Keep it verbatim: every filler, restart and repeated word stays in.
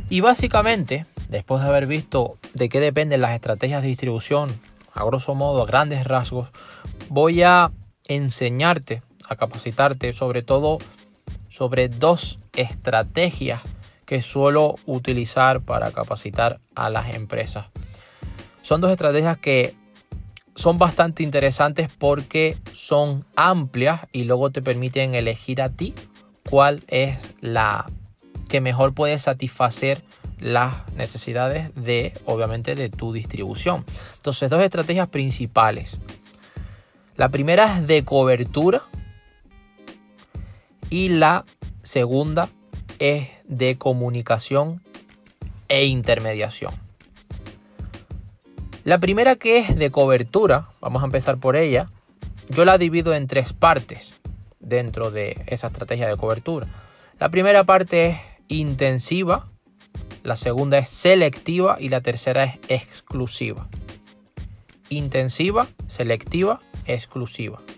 Y básicamente, después de haber visto de qué dependen las estrategias de distribución, a grosso modo, a grandes rasgos, voy a enseñarte, a capacitarte sobre todo sobre dos estrategias que suelo utilizar para capacitar a las empresas. Son dos estrategias que son bastante interesantes porque son amplias y luego te permiten elegir a ti cuál es la que mejor puede satisfacer las necesidades de, obviamente, de tu distribución. Entonces, dos estrategias principales. La primera es de cobertura y la segunda es de comunicación e intermediación. La primera, que es de cobertura, vamos a empezar por ella. Yo la divido en tres partes dentro de esa estrategia de cobertura. La primera parte es intensiva, la segunda es selectiva y la tercera es exclusiva. Intensiva, selectiva, exclusiva.